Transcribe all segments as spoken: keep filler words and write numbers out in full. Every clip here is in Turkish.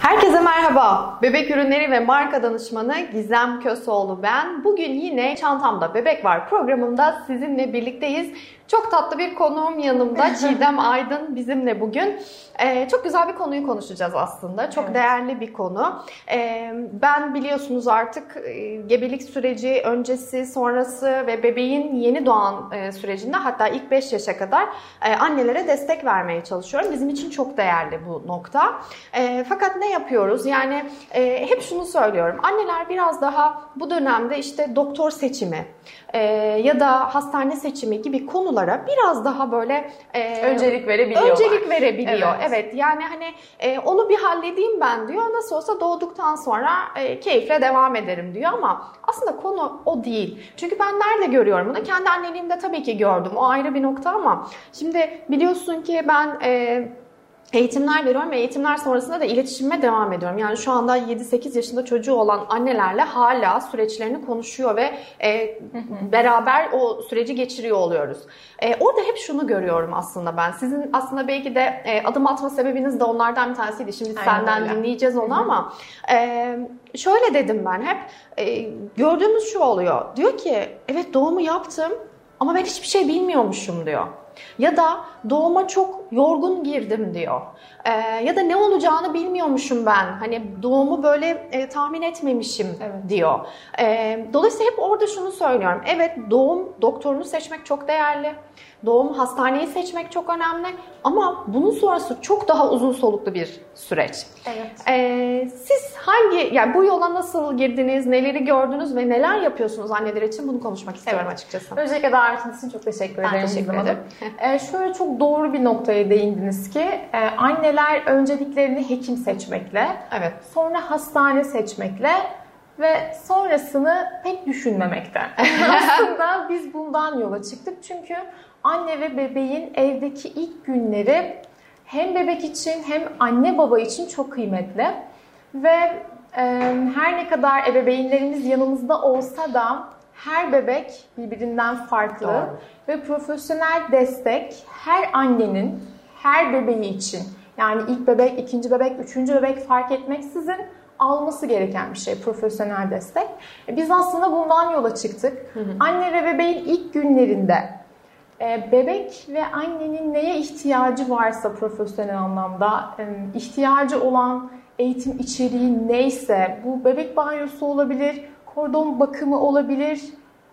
Herkese merhaba. Bebek ürünleri ve marka danışmanı Gizem Kösoğlu ben. Bugün yine Çantamda Bebek Var programında sizinle birlikteyiz. Çok tatlı bir konuğum yanımda. Çiğdem Aydın bizimle bugün. Ee, çok güzel bir konuyu konuşacağız aslında. Çok evet. değerli bir konu. Ee, ben biliyorsunuz artık e, gebelik süreci öncesi, sonrası ve bebeğin yeni doğan e, sürecinde, hatta ilk beş yaşa kadar e, annelere destek vermeye çalışıyorum. Bizim için çok değerli bu nokta. E, fakat ne yapıyoruz? Yani e, hep şunu söylüyorum. Anneler biraz daha bu dönemde işte doktor seçimi e, ya da hastane seçimi gibi konulara biraz daha böyle e, öncelik verebiliyorlar. Öncelik verebiliyor. Evet. evet. Yani hani e, onu bir halledeyim ben diyor. Nasıl olsa doğduktan sonra e, keyifle devam ederim diyor ama aslında konu o değil. Çünkü ben nerede görüyorum bunu? Kendi anneliğimde tabii ki gördüm. O ayrı bir nokta ama şimdi biliyorsun ki ben e, eğitimler veriyorum ve eğitimler sonrasında da iletişime devam ediyorum. Yani şu anda yedi sekiz yaşında çocuğu olan annelerle hala süreçlerini konuşuyor ve e, beraber o süreci geçiriyor oluyoruz. E, orada hep şunu görüyorum aslında ben. Sizin aslında belki de e, adım atma sebebiniz de onlardan bir tanesiydi. Şimdi Aynen senden öyle. dinleyeceğiz onu ama e, şöyle dedim ben hep. E, gördüğümüz şu oluyor. Diyor ki evet doğumu yaptım ama ben hiçbir şey bilmiyormuşum diyor. Ya da doğuma çok yorgun girdim diyor. Ee, ya da ne olacağını bilmiyormuşum ben. Hani doğumu böyle e, tahmin etmemişim evet. diyor. Ee, dolayısıyla hep orada şunu söylüyorum. Evet, doğum doktorunu seçmek çok değerli. Doğum hastaneyi seçmek çok önemli. Ama bunun sonrası çok daha uzun soluklu bir süreç. Evet. Ee, siz hangi, yani bu yola nasıl girdiniz, neleri gördünüz ve neler yapıyorsunuz anneler için, bunu konuşmak istiyorum evet. açıkçası. Öncelikle davetiniz için çok teşekkür ederim. Ben teşekkür ederim. Ee, şöyle çok doğru bir noktaya değindiniz ki e, anneler önceliklerini hekim seçmekle, evet. sonra hastane seçmekle ve sonrasını pek düşünmemekte. Aslında biz bundan yola çıktık çünkü anne ve bebeğin evdeki ilk günleri hem bebek için hem anne baba için çok kıymetli ve e, her ne kadar ebeveynlerimiz yanımızda olsa da her bebek birbirinden farklı Doğru. ve profesyonel destek her annenin her bebeği için, yani ilk bebek, ikinci bebek, üçüncü bebek fark etmeksizin alması gereken bir şey, profesyonel destek. Biz aslında bundan yola çıktık. Hı hı. Anne ve bebeğin ilk günlerinde bebek ve annenin neye ihtiyacı varsa profesyonel anlamda, ihtiyacı olan eğitim içeriği neyse, bu bebek banyosu olabilir, kordon bakımı olabilir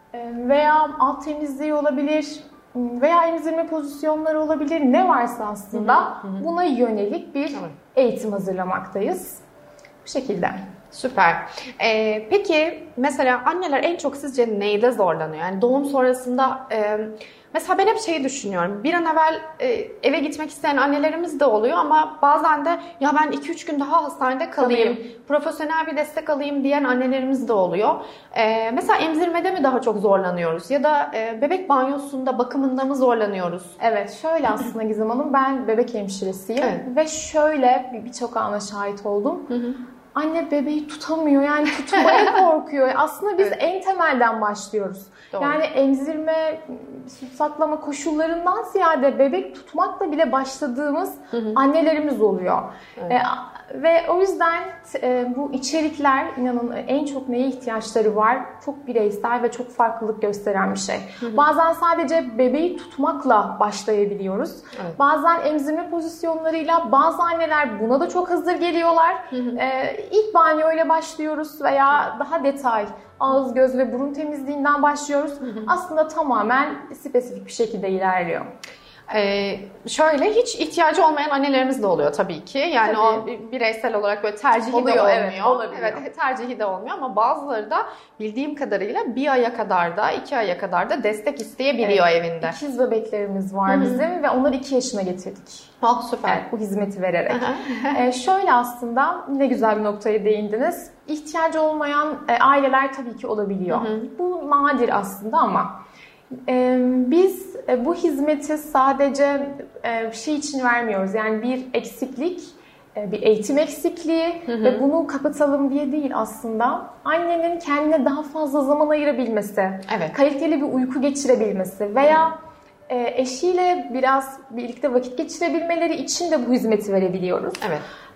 veya alt temizliği olabilir veya emzirme pozisyonları olabilir, ne varsa aslında hı hı. buna yönelik bir evet. eğitim hazırlamaktayız. Bu şekilde. Süper. Ee, peki mesela anneler en çok sizce neyde zorlanıyor? Yani doğum sonrasında e, mesela ben hep şeyi düşünüyorum. Bir an evvel e, eve gitmek isteyen annelerimiz de oluyor ama bazen de ya ben iki üç gün daha hastanede kalayım, Tabii. profesyonel bir destek alayım diyen annelerimiz de oluyor. E, mesela emzirmede mi daha çok zorlanıyoruz ya da e, bebek banyosunda, bakımında mı zorlanıyoruz? Evet, şöyle aslında Gizem Hanım, ben bebek hemşiresiyim evet. ve şöyle birçok ana şahit oldum. Hı hı. Anne bebeği tutamıyor, yani tutmaya korkuyor. Aslında biz evet. en temelden başlıyoruz. Doğru. Yani emzirme, süt saklama koşullarından ziyade bebek tutmakla bile başladığımız hı hı. annelerimiz oluyor. Evet. E, ve o yüzden e, bu içerikler, inanın en çok neye ihtiyaçları var? Çok bireysel ve çok farklılık gösteren bir şey. Hı hı. Bazen sadece bebeği tutmakla başlayabiliyoruz. Evet. Bazen emzirme pozisyonlarıyla, bazı anneler buna da çok hazır geliyorlar. Hı hı. E, ilk banyoyla başlıyoruz veya daha detay, ağız, göz ve burun temizliğinden başlıyoruz. Hı hı. Aslında tamamen spesifik bir şekilde ilerliyor. Ee, şöyle hiç ihtiyacı olmayan annelerimiz de oluyor tabii ki. Yani tabii. o bireysel olarak böyle tercihi oluyor, de olmuyor. Evet, olabiliyor. Evet, tercihi de olmuyor ama bazıları da bildiğim kadarıyla bir aya kadar da, iki aya kadar da destek isteyebiliyor evet. evinde. İkiz bebeklerimiz var Hı-hı. bizim ve onları iki yaşına getirdik. Oh, süper. Evet, bu hizmeti vererek. ee, şöyle aslında ne güzel bir noktaya değindiniz. İhtiyacı olmayan e, aileler tabii ki olabiliyor. Hı-hı. Bu nadir aslında ama Ee, biz e, bu hizmeti sadece e, şey için vermiyoruz. Yani bir eksiklik, e, bir eğitim eksikliği hı hı. ve bunu kapatalım diye değil aslında. Annenin kendine daha fazla zaman ayırabilmesi, evet. kaliteli bir uyku geçirebilmesi veya hı. e, eşiyle biraz birlikte vakit geçirebilmeleri için de bu hizmeti verebiliyoruz. Evet.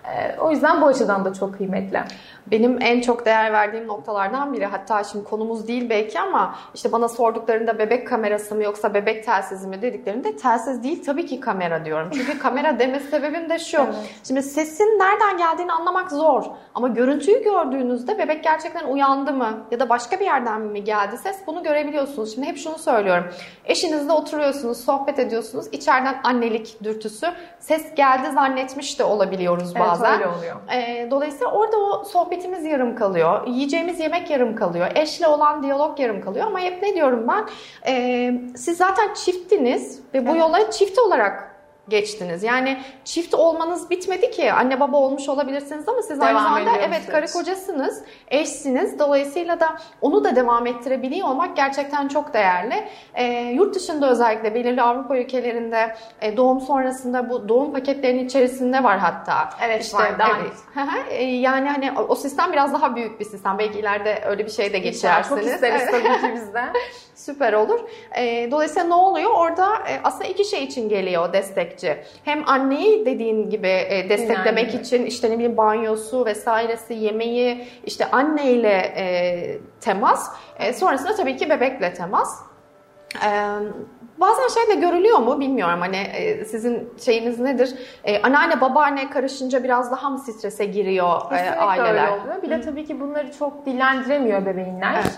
E, o yüzden bu açıdan da çok kıymetli. Benim en çok değer verdiğim noktalardan biri, hatta şimdi konumuz değil belki ama işte bana sorduklarında bebek kamerası mı yoksa bebek telsizi mi dediklerinde telsiz değil tabii ki kamera diyorum. Çünkü kamera deme sebebim de şu. Evet. Şimdi sesin nereden geldiğini anlamak zor ama görüntüyü gördüğünüzde bebek gerçekten uyandı mı ya da başka bir yerden mi geldi ses, bunu görebiliyorsunuz. Şimdi hep şunu söylüyorum. Eşinizle oturuyorsunuz, sohbet ediyorsunuz. İçeriden annelik dürtüsü, ses geldi zannetmiş de olabiliyoruz bazen. Evet, öyle oluyor. Ee, dolayısıyla orada o sohbetimiz yarım kalıyor. Yiyeceğimiz yemek yarım kalıyor. Eşle olan diyalog yarım kalıyor. Ama hep ne diyorum ben? Ee, siz zaten çifttiniz ve bu evet. yola çift olarak geçtiniz. Yani çift olmanız bitmedi ki. Anne baba olmuş olabilirsiniz ama siz devam aynı zamanda evet karı kocasınız, eşsiniz. Dolayısıyla da onu da devam ettirebiliyor olmak gerçekten çok değerli. E, yurt dışında özellikle belirli Avrupa ülkelerinde e, doğum sonrasında bu doğum paketlerinin içerisinde var hatta. Evet işte, var. Evet. Yani hani o sistem biraz daha büyük bir sistem. Belki ileride öyle bir şey de geçersiniz. Çok isteriz tabii ki biz de. Süper olur. E, dolayısıyla ne oluyor? Orada e, aslında iki şey için geliyor destekçi. Hem anneyi dediğin gibi e, desteklemek yani. için işte ne bileyim banyosu vesairesi, yemeği, işte anneyle e, temas. E, sonrasında tabii ki bebekle temas. E, bazen şey de görülüyor mu bilmiyorum, hani e, sizin şeyiniz nedir? E, anneanne babaanne karışınca biraz daha mı strese giriyor e, aileler? Öyle oluyor. Bir de tabii ki bunları çok dillendiremiyor bebeğinler. Evet.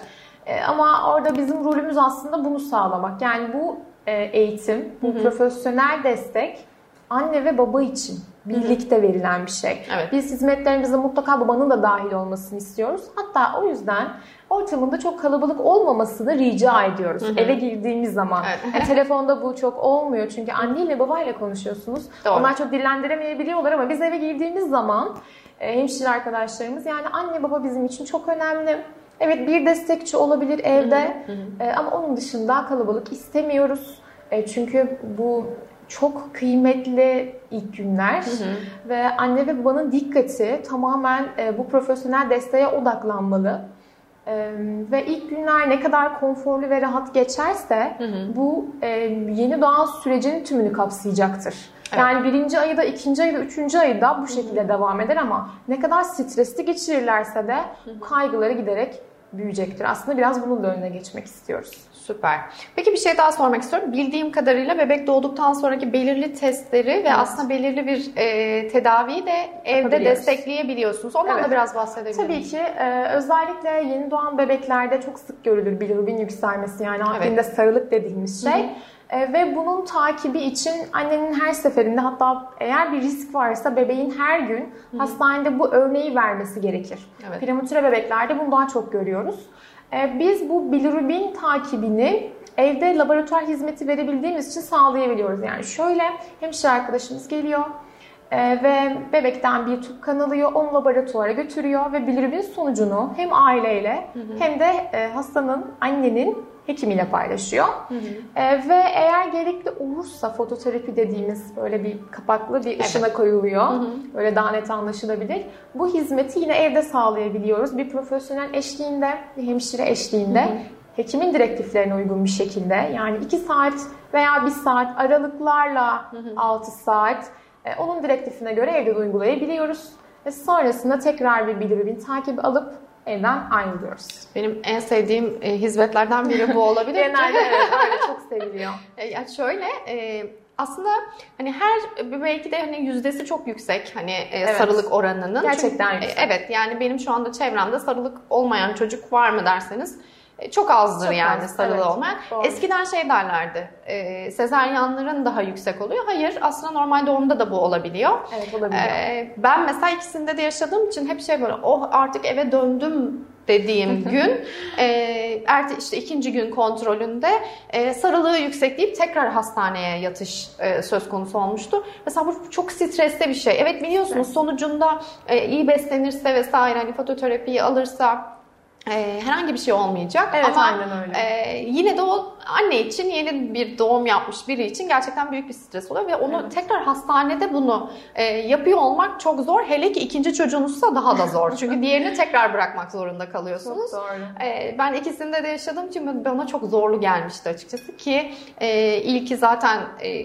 Ama orada bizim rolümüz aslında bunu sağlamak. Yani bu eğitim, bu Hı-hı. profesyonel destek anne ve baba için birlikte Hı-hı. verilen bir şey. Evet. Biz hizmetlerimize mutlaka babanın da dahil olmasını istiyoruz. Hatta o yüzden ortamında çok kalabalık olmamasını rica ediyoruz. Hı-hı. Eve girdiğimiz zaman. Evet. Yani telefonda bu çok olmuyor çünkü anneyle babayla konuşuyorsunuz. Doğru. Onlar çok dillendiremeyebiliyorlar ama biz eve girdiğimiz zaman hemşire arkadaşlarımız, yani anne baba bizim için çok önemli. Evet, bir destekçi olabilir evde hı hı hı. ama onun dışında kalabalık istemiyoruz. Çünkü bu çok kıymetli ilk günler hı hı. ve anne ve babanın dikkati tamamen bu profesyonel desteğe odaklanmalı. Ve ilk günler ne kadar konforlu ve rahat geçerse hı hı. bu yeni doğan sürecin tümünü kapsayacaktır. Evet. Yani birinci ayı da, ikinci ayı da, üçüncü ayı da bu şekilde Hı-hı. devam eder ama ne kadar stresli geçirirlerse de Hı-hı. kaygıları giderek büyüyecektir. Aslında biraz bunun da önüne geçmek istiyoruz. Süper. Peki bir şey daha sormak istiyorum. Bildiğim kadarıyla bebek doğduktan sonraki belirli testleri evet. ve aslında belirli bir e, tedaviyi de evde destekleyebiliyorsunuz. Ondan evet. da biraz bahsedebilir Tabii ki. E, özellikle yeni doğan bebeklerde çok sık görülür bilirubin yükselmesi, yani akbinde evet. sarılık dediğimiz şey. Hı-hı. E, ve bunun takibi için annenin her seferinde, hatta eğer bir risk varsa bebeğin her gün Hı-hı. hastanede bu örneği vermesi gerekir. Evet. Prematüre bebeklerde bunu daha çok görüyoruz. E, biz bu bilirubin takibini evde laboratuvar hizmeti verebildiğimiz için sağlayabiliyoruz. Yani şöyle, hemşire arkadaşımız geliyor e, ve bebekten bir tüp kan alıyor, onu laboratuvara götürüyor ve bilirubin sonucunu hem aileyle Hı-hı. hem de e, hastanın, annenin hekimiyle paylaşıyor. Hı hı. Ee, ve eğer gerekli olursa fototerapi dediğimiz böyle bir kapaklı bir ışına evet. koyuluyor. Hı hı. Böyle daha net anlaşılabilir. Bu hizmeti yine evde sağlayabiliyoruz. Bir profesyonel eşliğinde, bir hemşire eşliğinde, hı hı. hekimin direktiflerine uygun bir şekilde, yani iki saat veya bir saat aralıklarla hı hı. altı saat e, onun direktifine göre evde uygulayabiliyoruz. Ve sonrasında tekrar bir bilirubin takibi alıp evden ayrılıyoruz. Benim en sevdiğim e, hizmetlerden biri bu olabilir. Genelde evet, öyle çok seviliyor. E, yani şöyle, e, aslında hani her belki de hani yüzdesi çok yüksek, hani e, evet. sarılık oranının. Gerçekten Çünkü, yüksek. E, evet, yani benim şu anda çevremde sarılık olmayan çocuk var mı derseniz çok azdır çok yani az, sarılı evet, olmayan. Doğru. Eskiden şey derlerdi, e, sezaryenlerin daha yüksek oluyor. Hayır, aslında normal doğumda da bu olabiliyor. Evet, olabiliyor. E, ben mesela ikisinde de yaşadığım için hep şey böyle, oh artık eve döndüm dediğim gün, e, ertesi işte ikinci gün kontrolünde e, sarılığı yüksekleyip tekrar hastaneye yatış e, söz konusu olmuştu. Mesela bu çok stresli bir şey. Evet, biliyorsunuz evet. sonucunda e, iyi beslenirse vesaire, hani fototerapiyi alırsa Ee, herhangi bir şey olmayacak evet, ama aynen öyle. E, yine de o anne için, yeni bir doğum yapmış biri için gerçekten büyük bir stres oluyor ve onu evet. tekrar hastanede bunu e, yapıyor olmak çok zor. Hele ki ikinci çocuğunuzsa daha da zor. Çünkü diğerini tekrar bırakmak zorunda kalıyorsunuz. Çok doğru. E, ben ikisinde de yaşadığım için bana çok zorlu gelmişti açıkçası ki e, ilki zaten e,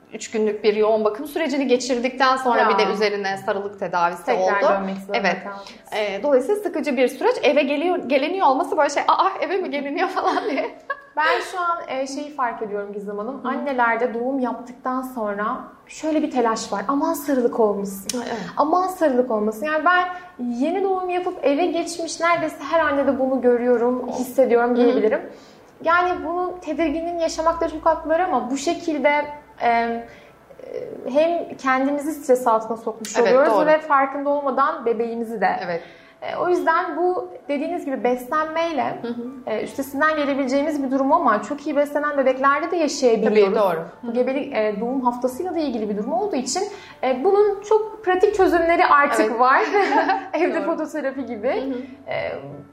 üç günlük bir yoğun bakım sürecini geçirdikten sonra ya. bir de üzerine sarılık tedavisi Tekrar oldu. dönmek zorunda Evet. kaldınız. E, dolayısıyla sıkıcı bir süreç. Eve geliyor, geleniyor olması böyle şey, aa eve mi geliniyor falan diye. Ben şu an e, şeyi fark ediyorum Gizem Hanım. Annelerde doğum yaptıktan sonra şöyle bir telaş var. Aman sarılık olmasın. Evet. Aman sarılık olmasın. Yani ben yeni doğum yapıp eve geçmiş neredeyse her annede bunu görüyorum, hissediyorum diyebilirim. Yani bunun tedirginliğini yaşamakta çok haklılar ama bu şekilde e, hem kendimizi stres altına sokmuş Evet, oluyoruz doğru. ve farkında olmadan bebeğimizi de. Evet. E, o yüzden bu dediğiniz gibi beslenmeyle hı hı. E, üstesinden gelebileceğimiz bir durum ama çok iyi beslenen bebeklerde de yaşayabiliyoruz. Tabii, doğru. Bu gebelik e, doğum haftasıyla da ilgili bir durum olduğu için e, bunun çok pratik çözümleri artık Evet. var. Evde fototerapi gibi. Hı hı. E,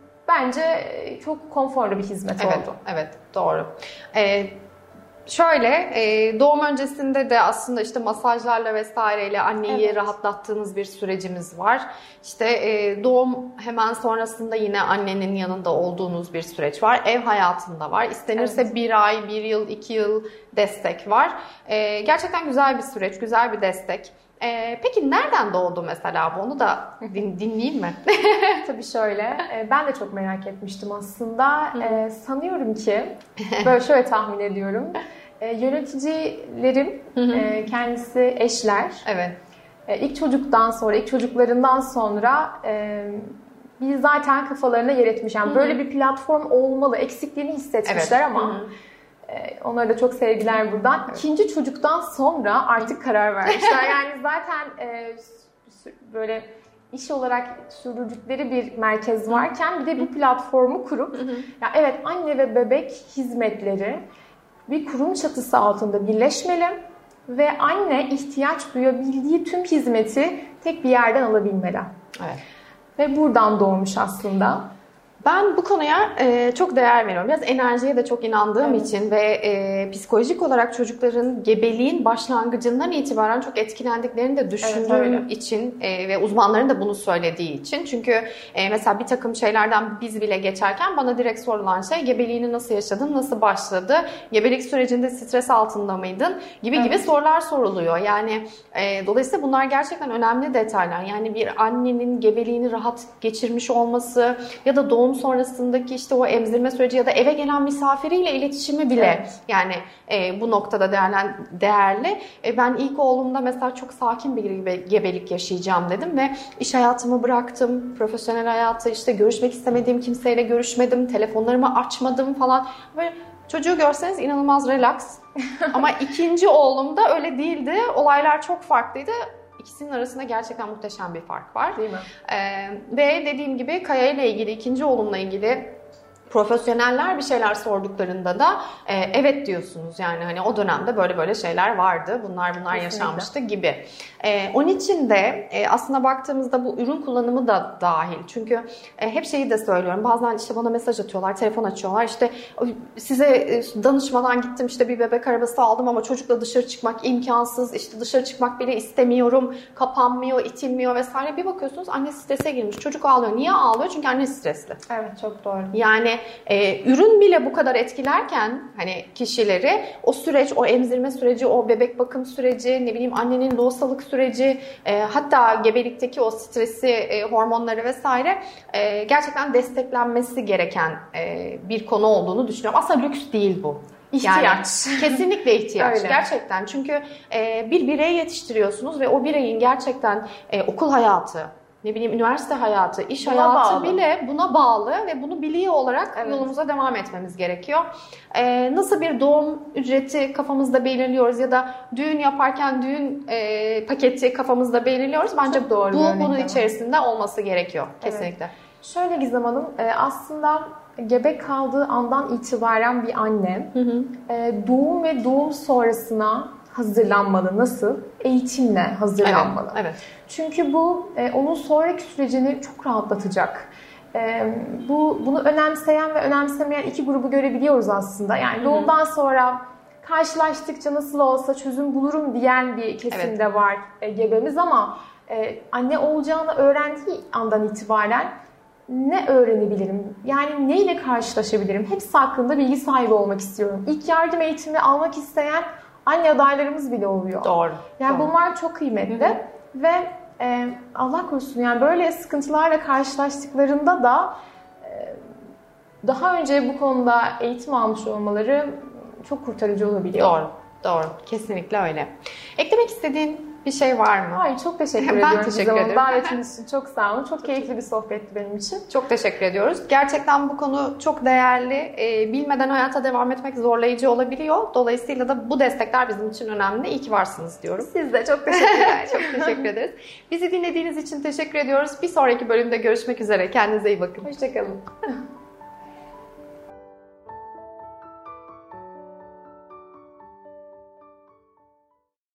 bence çok konforlu bir hizmet evet, oldu. Evet, doğru. Evet. Şöyle, e, doğum öncesinde de aslında işte masajlarla vesaireyle anneyi evet. rahatlattığınız bir sürecimiz var. İşte e, doğum hemen sonrasında yine annenin yanında olduğunuz bir süreç var. Ev hayatında var. İstenirse evet. bir ay, bir yıl, iki yıl destek var. E, gerçekten güzel bir süreç, güzel bir destek. Ee, peki nereden doğdu mesela bu? Onu da din, dinleyeyim mi? Tabii şöyle, ben de çok merak etmiştim aslında. Ee, sanıyorum ki, böyle şöyle tahmin ediyorum. Ee, yöneticilerim, e, kendisi eşler. Evet. E, ilk çocuktan sonra, ilk çocuklarından sonra e, bir zaten kafalarına yer etmiş. Yani böyle bir platform olmalı, eksikliğini hissetmişler evet. ama... Hı-hı. Onlara da çok sevgiler buradan. Evet. İkinci çocuktan sonra artık karar vermişler. Yani zaten e, böyle iş olarak sürdürdükleri bir merkez varken bir de bir platformu kurup ya evet anne ve bebek hizmetleri bir kurum çatısı altında birleşmeli ve anne ihtiyaç duyabildiği tüm hizmeti tek bir yerden alabilmeli. Evet. Ve buradan doğmuş aslında. Ben bu konuya e, çok değer veriyorum. Biraz enerjiye de çok inandığım evet. için ve e, psikolojik olarak çocukların gebeliğin başlangıcından itibaren çok etkilendiklerini de düşündüğüm evet, için e, ve uzmanların da bunu söylediği için. Çünkü e, mesela bir takım şeylerden biz bile geçerken bana direkt sorulan şey gebeliğini nasıl yaşadın, nasıl başladı, gebelik sürecinde stres altında mıydın gibi evet. gibi sorular soruluyor. Yani e, dolayısıyla bunlar gerçekten önemli detaylar. Yani bir annenin gebeliğini rahat geçirmiş olması ya da doğum sonrasındaki işte o emzirme süreci ya da eve gelen misafiriyle iletişimi bile evet. yani e, bu noktada değerlen, değerli. E, ben ilk oğlumda mesela çok sakin bir gebelik yaşayacağım dedim ve iş hayatımı bıraktım. Profesyonel hayatı işte görüşmek istemediğim kimseyle görüşmedim. Telefonlarımı açmadım falan. Böyle çocuğu görseniz inanılmaz relax. Ama ikinci oğlumda öyle değildi. Olaylar çok farklıydı. İkisinin arasında gerçekten muhteşem bir fark var. Değil mi? Ee, ve dediğim gibi Kaya ile ilgili, ikinci oğlumla ilgili profesyoneller bir şeyler sorduklarında da e, evet diyorsunuz. Yani hani o dönemde böyle böyle şeyler vardı. Bunlar bunlar Kesinlikle. yaşanmıştı gibi. E, onun için de e, aslında baktığımızda bu ürün kullanımı da dahil. Çünkü e, hep şeyi de söylüyorum. Bazen işte bana mesaj atıyorlar, telefon açıyorlar. İşte size e, danışmadan gittim işte bir bebek arabası aldım ama çocukla dışarı çıkmak imkansız. İşte dışarı çıkmak bile istemiyorum. Kapanmıyor, itilmiyor vesaire. Bir bakıyorsunuz anne strese girmiş. Çocuk ağlıyor. Niye ağlıyor? Çünkü anne stresli. Evet, çok doğru. Yani e, ürün bile bu kadar etkilerken hani kişileri o süreç, o emzirme süreci, o bebek bakım süreci, ne bileyim annenin lohusalık süreci, e, hatta gebelikteki o stresi, e, hormonları vesaire e, gerçekten desteklenmesi gereken e, bir konu olduğunu düşünüyorum. Aslında lüks değil bu. İhtiyaç. Yani, kesinlikle ihtiyaç. Öyle. Gerçekten. Çünkü e, bir birey yetiştiriyorsunuz ve o bireyin gerçekten e, okul hayatı, ne bileyim üniversite hayatı, iş buna hayatı bağlı. Bile buna bağlı ve bunu biliyor olarak evet. yolumuza devam etmemiz gerekiyor. Ee, nasıl bir doğum ücreti kafamızda belirliyoruz ya da düğün yaparken düğün e, paketi kafamızda belirliyoruz. Bence doğru bu bunun içerisinde olması gerekiyor. Kesinlikle. Evet. Şöyle Gizem Hanım, aslında gebe kaldığı andan itibaren bir anne hı hı. doğum ve doğum sonrasına hazırlanmalı. Nasıl? Eğitimle hazırlanmalı. Evet, evet. Çünkü bu e, onun sonraki sürecini çok rahatlatacak. E, bu bunu önemseyen ve önemsemeyen iki grubu görebiliyoruz aslında. Yani doğumdan sonra karşılaştıkça nasıl olsa çözüm bulurum diyen bir kesim de evet. var e, gebemiz ama e, anne olacağını öğrendiği andan itibaren ne öğrenebilirim? Yani neyle karşılaşabilirim? Hepsi hakkında bilgi sahibi olmak istiyorum. İlk yardım eğitimi almak isteyen anne adaylarımız bile oluyor. Doğru. Yani Doğru. bunlar çok kıymetli. Hı-hı. Ve e, Allah korusun yani böyle sıkıntılarla karşılaştıklarında da e, daha önce bu konuda eğitim almış olmaları çok kurtarıcı olabiliyor. Doğru. Doğru. Kesinlikle öyle. Eklemek istediğin bir şey var mı? Hayır, çok teşekkür ben ediyorum. teşekkür ederim. Davetiniz için çok sağ olun. Çok keyifli bir sohbetti benim için. Çok teşekkür ediyoruz. Gerçekten bu konu çok değerli. E, bilmeden hayata devam etmek zorlayıcı olabiliyor. Dolayısıyla da bu destekler bizim için önemli. İyi ki varsınız diyorum. Siz de çok teşekkür ederim. Çok teşekkür ederiz. Bizi dinlediğiniz için teşekkür ediyoruz. Bir sonraki bölümde görüşmek üzere. Kendinize iyi bakın. Hoşçakalın.